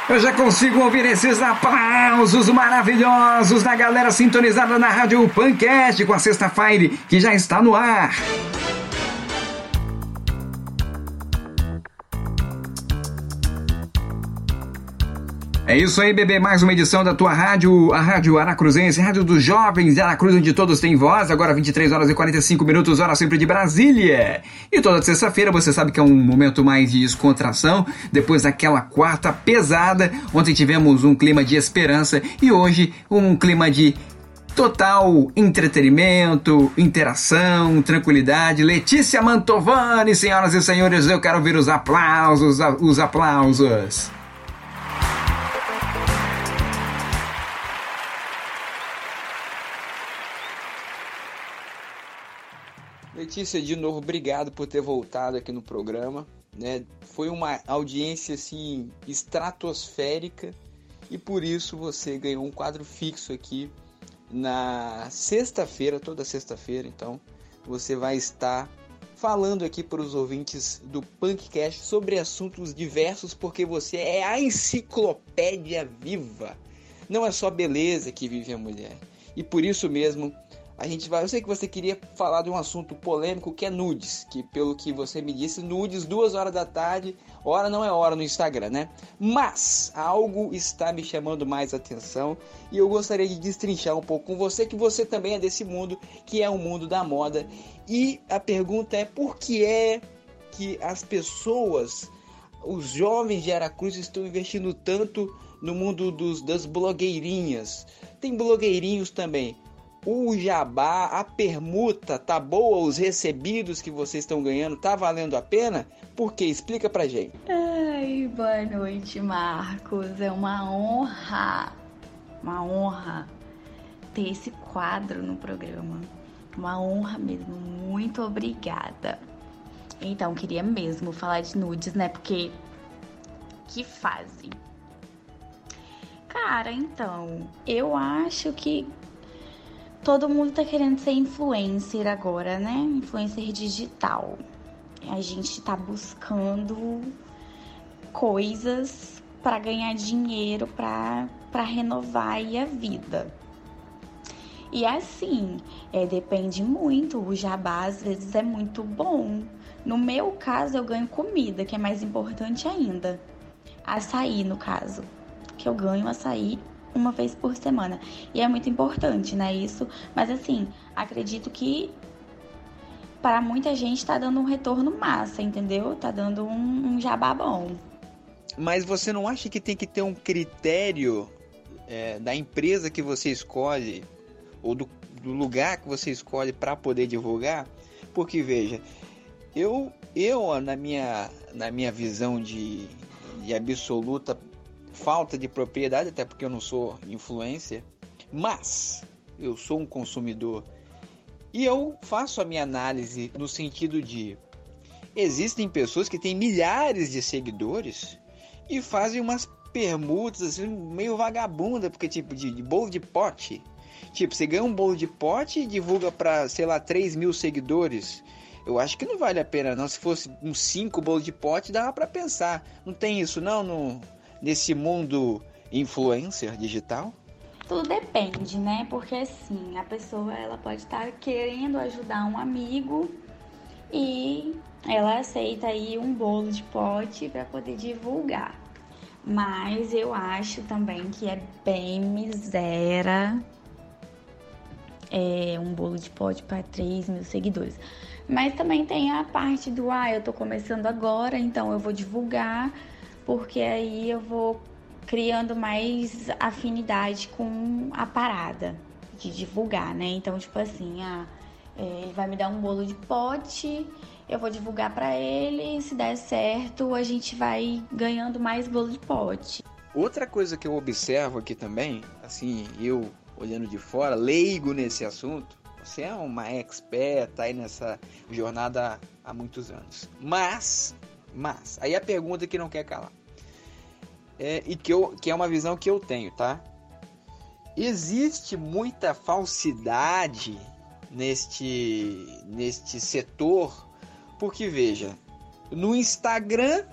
Eu já consigo ouvir esses aplausos maravilhosos da galera sintonizada na Rádio Pancast com a Sexta-feira que já está no ar. É isso aí, bebê, mais uma edição da tua rádio, a Rádio Aracruzense, Rádio dos Jovens de Aracruz, onde todos têm voz, agora 23 horas e 45 minutos, hora sempre de Brasília. E toda sexta-feira você sabe que é um momento mais de descontração, depois daquela quarta pesada, ontem tivemos um clima de esperança e hoje um clima de total entretenimento, interação, tranquilidade. Letícia Mantovani, senhoras e senhores, eu quero ouvir os aplausos, os aplausos. Letícia, de novo, obrigado por ter voltado aqui no programa, né? Foi uma audiência assim estratosférica e por isso você ganhou um quadro fixo aqui na sexta-feira, toda sexta-feira. Então você vai estar falando aqui para os ouvintes do Punkcast sobre assuntos diversos, porque você é a enciclopédia viva. Não é só beleza que vive a mulher. E por isso mesmo eu sei que você queria falar de um assunto polêmico que é nudes, que pelo que você me disse, nudes 2 horas da tarde, hora não é hora no Instagram, né? Mas algo está me chamando mais atenção e eu gostaria de destrinchar um pouco com você, que você também é desse mundo, que é o mundo da moda. E a pergunta é: por que é que as pessoas, os jovens de Aracruz, estão investindo tanto no mundo das blogueirinhas? Tem blogueirinhos também. O jabá, a permuta, tá boa? Os recebidos que vocês estão ganhando, tá valendo a pena? Por quê? Explica pra gente. Ai, boa noite, Marcos. É uma honra ter esse quadro no programa. Uma honra mesmo. Muito obrigada. Então, queria mesmo falar de nudes, né? Porque que fase. Cara, então, eu acho que todo mundo tá querendo ser influencer agora, né? Influencer digital. A gente tá buscando coisas para ganhar dinheiro, para renovar aí a vida. E assim, depende muito. O jabá às vezes é muito bom. No meu caso, eu ganho comida, que é mais importante ainda. Açaí, no caso. Que eu ganho açaí uma vez por semana. E é muito importante, né, isso? Mas assim, acredito que para muita gente tá dando um retorno massa, entendeu? Tá dando um jabá bom. Mas você não acha que tem que ter um critério da empresa que você escolhe ou do lugar que você escolhe para poder divulgar? Porque veja, eu na minha visão de absoluta falta de propriedade, até porque eu não sou influencer, mas eu sou um consumidor e eu faço a minha análise no sentido de: existem pessoas que têm milhares de seguidores e fazem umas permutas assim, meio vagabunda, porque tipo de bolo de pote, tipo, você ganha um bolo de pote e divulga para, sei lá, 3.000 seguidores. Eu acho que não vale a pena não. Se fosse uns 5 bolos de pote, dava para pensar. Não tem isso não nesse mundo influencer digital? Tudo depende, né? Porque assim, a pessoa ela pode estar querendo ajudar um amigo e ela aceita aí um bolo de pote para poder divulgar. Mas eu acho também que é bem miséria um bolo de pote para 3.000 seguidores. Mas também tem a parte do eu tô começando agora, então eu vou divulgar, porque aí eu vou criando mais afinidade com a parada de divulgar, né? Então, tipo assim, ele vai me dar um bolo de pote, eu vou divulgar pra ele, se der certo, a gente vai ganhando mais bolo de pote. Outra coisa que eu observo aqui também, assim, eu olhando de fora, leigo nesse assunto, você é uma expert, tá aí nessa jornada há muitos anos. Mas, aí a pergunta que não quer calar. Que é uma visão que eu tenho, tá? Existe muita falsidade neste setor, porque veja, no Instagram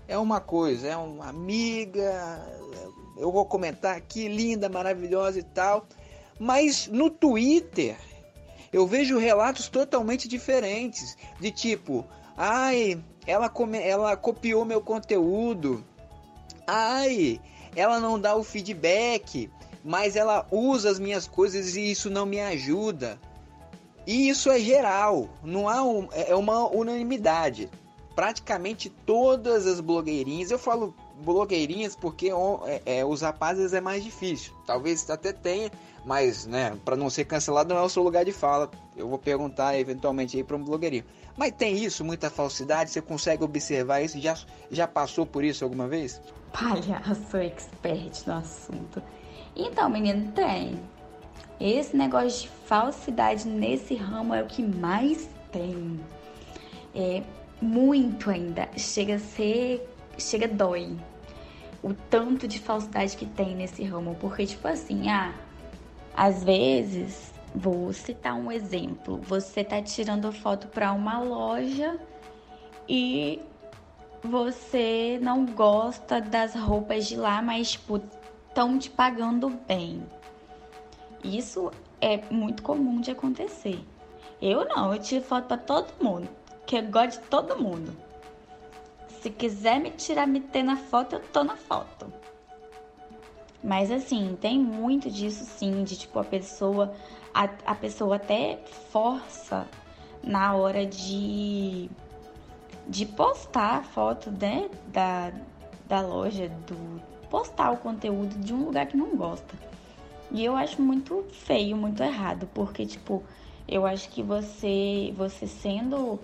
é uma coisa, é uma amiga, eu vou comentar aqui, linda, maravilhosa e tal. Mas no Twitter eu vejo relatos totalmente diferentes, de tipo, ai, ela copiou meu conteúdo, ai, ela não dá o feedback, mas ela usa as minhas coisas e isso não me ajuda. E isso é geral, não há é uma unanimidade. Praticamente todas as blogueirinhas, eu falo blogueirinhas porque os rapazes é mais difícil. Talvez até tenha, mas né, para não ser cancelado não é o seu lugar de fala. Eu vou perguntar eventualmente aí para um blogueirinho. Mas tem isso, muita falsidade? Você consegue observar isso? Já passou por isso alguma vez? Palhaço expert no assunto. Então, menino, tem. Esse negócio de falsidade nesse ramo é o que mais tem. É muito ainda. Chega dói o tanto de falsidade que tem nesse ramo. Porque, tipo assim, às vezes, vou citar um exemplo. Você tá tirando foto pra uma loja e você não gosta das roupas de lá, mas, tipo, estão te pagando bem. Isso é muito comum de acontecer. Eu tiro foto pra todo mundo, que eu gosto de todo mundo. Se quiser me tirar, me ter na foto, eu tô na foto. Mas assim, tem muito disso sim, de tipo a pessoa até força na hora de postar a foto, né, da loja, postar o conteúdo de um lugar que não gosta. E eu acho muito feio, muito errado, porque, tipo, eu acho que você sendo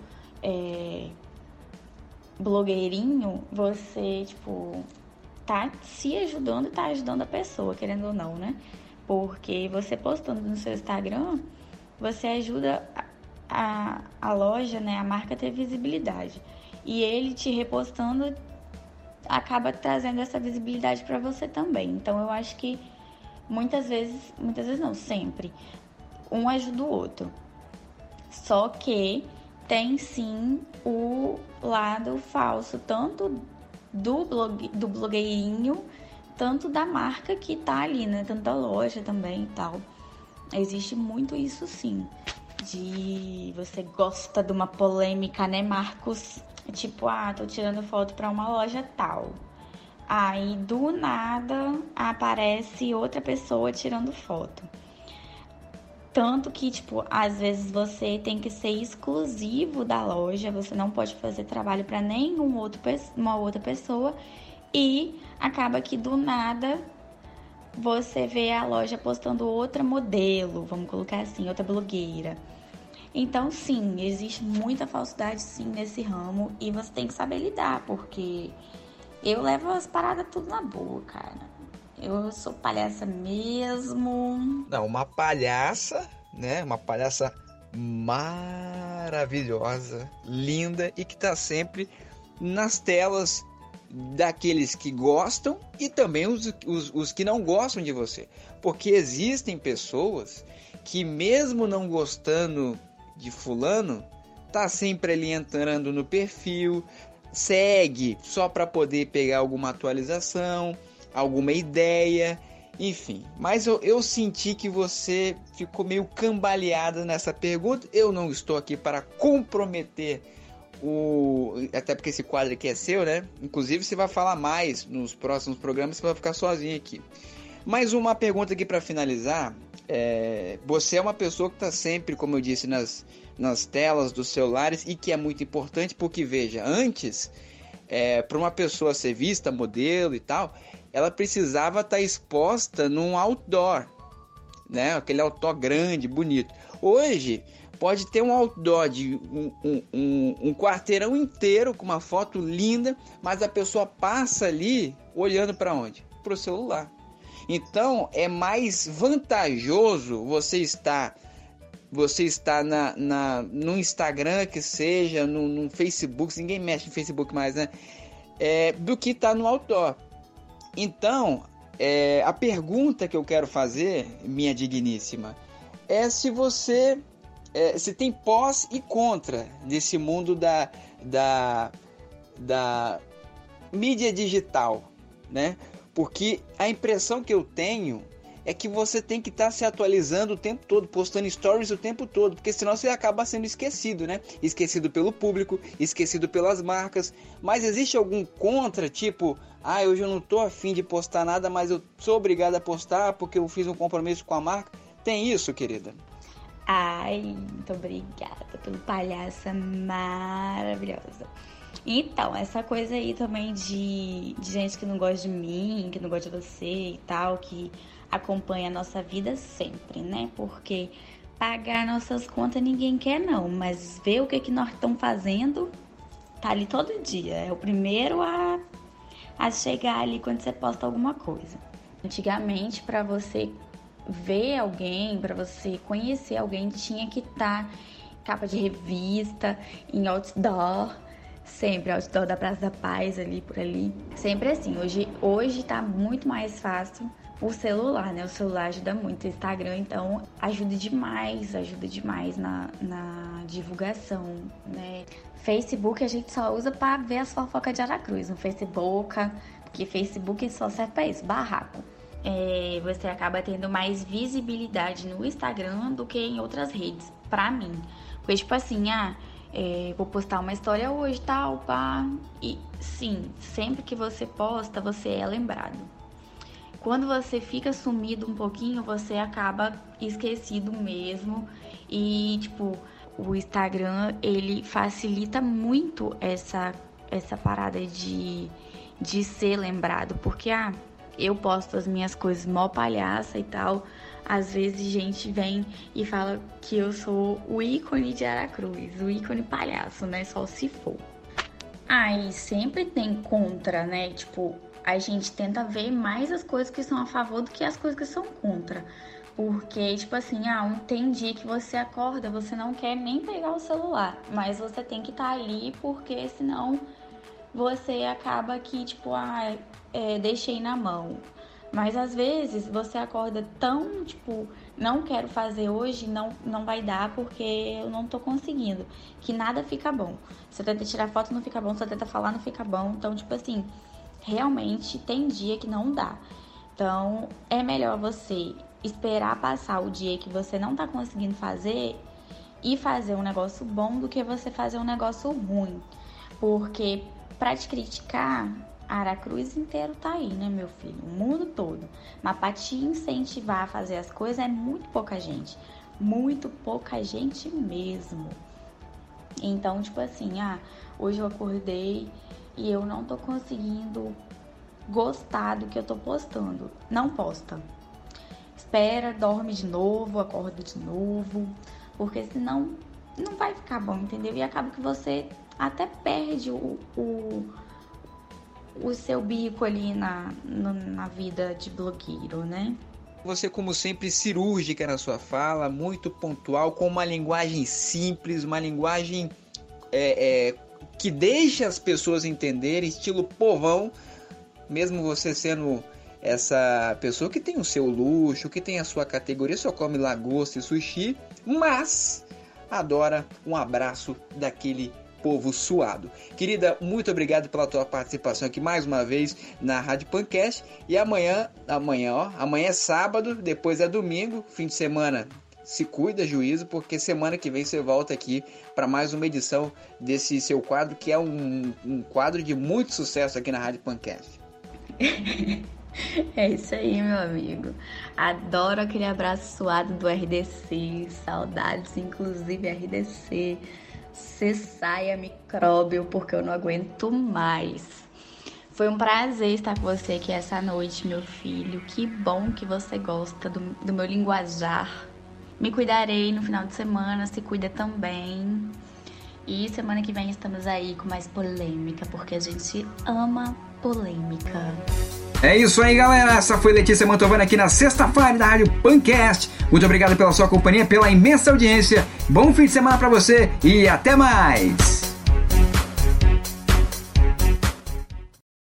blogueirinho, você, tipo, tá se ajudando e tá ajudando a pessoa, querendo ou não, né? Porque você postando no seu Instagram, você ajuda a loja, né, a marca a ter visibilidade. E ele te repostando acaba trazendo essa visibilidade para você também. Então, eu acho que muitas vezes não, sempre, um ajuda o outro. Só que tem sim o lado falso, tanto do blogueirinho, tanto da marca que tá ali, né? Tanto da loja também e tal. Existe muito isso sim. De você gosta de uma polêmica, né, Marcos? Tipo, tô tirando foto pra uma loja tal. Aí, do nada, aparece outra pessoa tirando foto. Tanto que, tipo, às vezes você tem que ser exclusivo da loja. Você não pode fazer trabalho para uma outra pessoa. E acaba que, do nada, você vê a loja postando outra modelo. Vamos colocar assim, outra blogueira. Então, sim, existe muita falsidade, sim, nesse ramo. E você tem que saber lidar, porque eu levo as paradas tudo na boa, cara. Eu sou palhaça mesmo. Não, uma palhaça, né? Uma palhaça maravilhosa, linda e que tá sempre nas telas daqueles que gostam e também os que não gostam de você. Porque existem pessoas que mesmo não gostando de fulano, tá sempre ali entrando no perfil, segue só para poder pegar alguma atualização, alguma ideia, enfim. Mas eu senti que você ficou meio cambaleada nessa pergunta. Eu não estou aqui para comprometer até porque esse quadro aqui é seu, né? Inclusive você vai falar mais nos próximos programas, você vai ficar sozinho aqui. Mais uma pergunta aqui para finalizar. Você é uma pessoa que está sempre, como eu disse, nas telas dos celulares, e que é muito importante porque, veja, antes, para uma pessoa ser vista, modelo e tal, ela precisava estar exposta num outdoor, né? Aquele outdoor grande, bonito. Hoje, pode ter um outdoor de um quarteirão inteiro com uma foto linda, mas a pessoa passa ali olhando para onde? Para o celular. Então, é mais vantajoso você estar no Instagram, que seja, no Facebook, ninguém mexe no Facebook mais, né? Do que estar no outdoor. Então, a pergunta que eu quero fazer, minha digníssima, é se você se tem pós e contra nesse mundo mídia digital, né? Porque a impressão que eu tenho é que você tem que estar se atualizando o tempo todo, postando stories o tempo todo, porque senão você acaba sendo esquecido, né? Esquecido pelo público, esquecido pelas marcas. Mas existe algum contra, tipo, hoje eu não tô afim de postar nada, mas eu sou obrigado a postar porque eu fiz um compromisso com a marca? Tem isso, querida? Ai, muito obrigada pelo palhaça maravilhosa. Então, essa coisa aí também de gente que não gosta de mim, que não gosta de você e tal, que acompanha a nossa vida sempre, né? Porque pagar nossas contas ninguém quer não, mas ver o que nós estamos fazendo, tá ali todo dia. É o primeiro a chegar ali quando você posta alguma coisa. Antigamente, para você ver alguém, para você conhecer alguém, tinha que estar capa de revista, em outdoor, sempre outdoor da Praça da Paz, ali por ali. Sempre assim. Hoje tá muito mais fácil o celular, né? O celular ajuda muito. O Instagram, então, ajuda demais na divulgação, né? Facebook a gente só usa para ver as fofocas de Aracruz no Facebook, porque Facebook só serve para isso, barraco. Você acaba tendo mais visibilidade no Instagram do que em outras redes, pra mim. Porque, tipo assim, vou postar uma história hoje, tal, pá. E, sim, sempre que você posta, você é lembrado. Quando você fica sumido um pouquinho, você acaba esquecido mesmo. E, tipo, o Instagram, ele facilita muito essa parada de ser lembrado. Porque, eu posto as minhas coisas mó palhaça e tal. Às vezes gente vem e fala que eu sou o ícone de Aracruz, o ícone palhaço, né? Só se for. E sempre tem contra, né? Tipo, a gente tenta ver mais as coisas que são a favor do que as coisas que são contra. Porque, tipo assim, tem dia que você acorda, você não quer nem pegar o celular, mas você tem que estar ali porque senão você acaba que, tipo, deixei na mão. Mas às vezes você acorda tão, tipo, não quero fazer hoje, não vai dar porque eu não tô conseguindo. Que nada fica bom. Você tenta tirar foto, não fica bom. Você tenta falar, não fica bom. Então, tipo assim, realmente tem dia que não dá. Então, é melhor você esperar passar o dia que você não tá conseguindo fazer e fazer um negócio bom do que você fazer um negócio ruim. Porque pra te criticar, a Aracruz inteiro tá aí, né, meu filho? O mundo todo. Mas pra te incentivar a fazer as coisas é muito pouca gente. Muito pouca gente mesmo. Então, tipo assim, hoje eu acordei e eu não tô conseguindo gostar do que eu tô postando. Não posta. Espera, dorme de novo, acorda de novo. Porque senão não vai ficar bom, entendeu? E acaba que você até perde o seu bico ali na vida de blogueiro, né? Você, como sempre, cirúrgica na sua fala, muito pontual, com uma linguagem simples, uma linguagem que deixa as pessoas entenderem, estilo povão, mesmo você sendo essa pessoa que tem o seu luxo, que tem a sua categoria, só come lagosta e sushi, mas adora um abraço daquele povo suado. Querida, muito obrigado pela tua participação aqui mais uma vez na Rádio Pancast. E amanhã é sábado, depois é domingo, fim de semana. Se cuida, juízo, porque semana que vem você volta aqui para mais uma edição desse seu quadro, que é um quadro de muito sucesso aqui na Rádio Pancast. É isso aí, meu amigo. Adoro aquele abraço suado do RDC, saudades, inclusive RDC. Você saia micróbio, porque eu não aguento mais. Foi um prazer estar com você aqui essa noite, meu filho. Que bom que você gosta do meu linguajar. Me cuidarei no final de semana, se cuida também. E semana que vem estamos aí com mais polêmica, porque a gente ama polêmica. É isso aí, galera. Essa foi Letícia Mantovani aqui na sexta-feira da Rádio Pancast. Muito obrigado pela sua companhia, pela imensa audiência. Bom fim de semana pra você e até mais!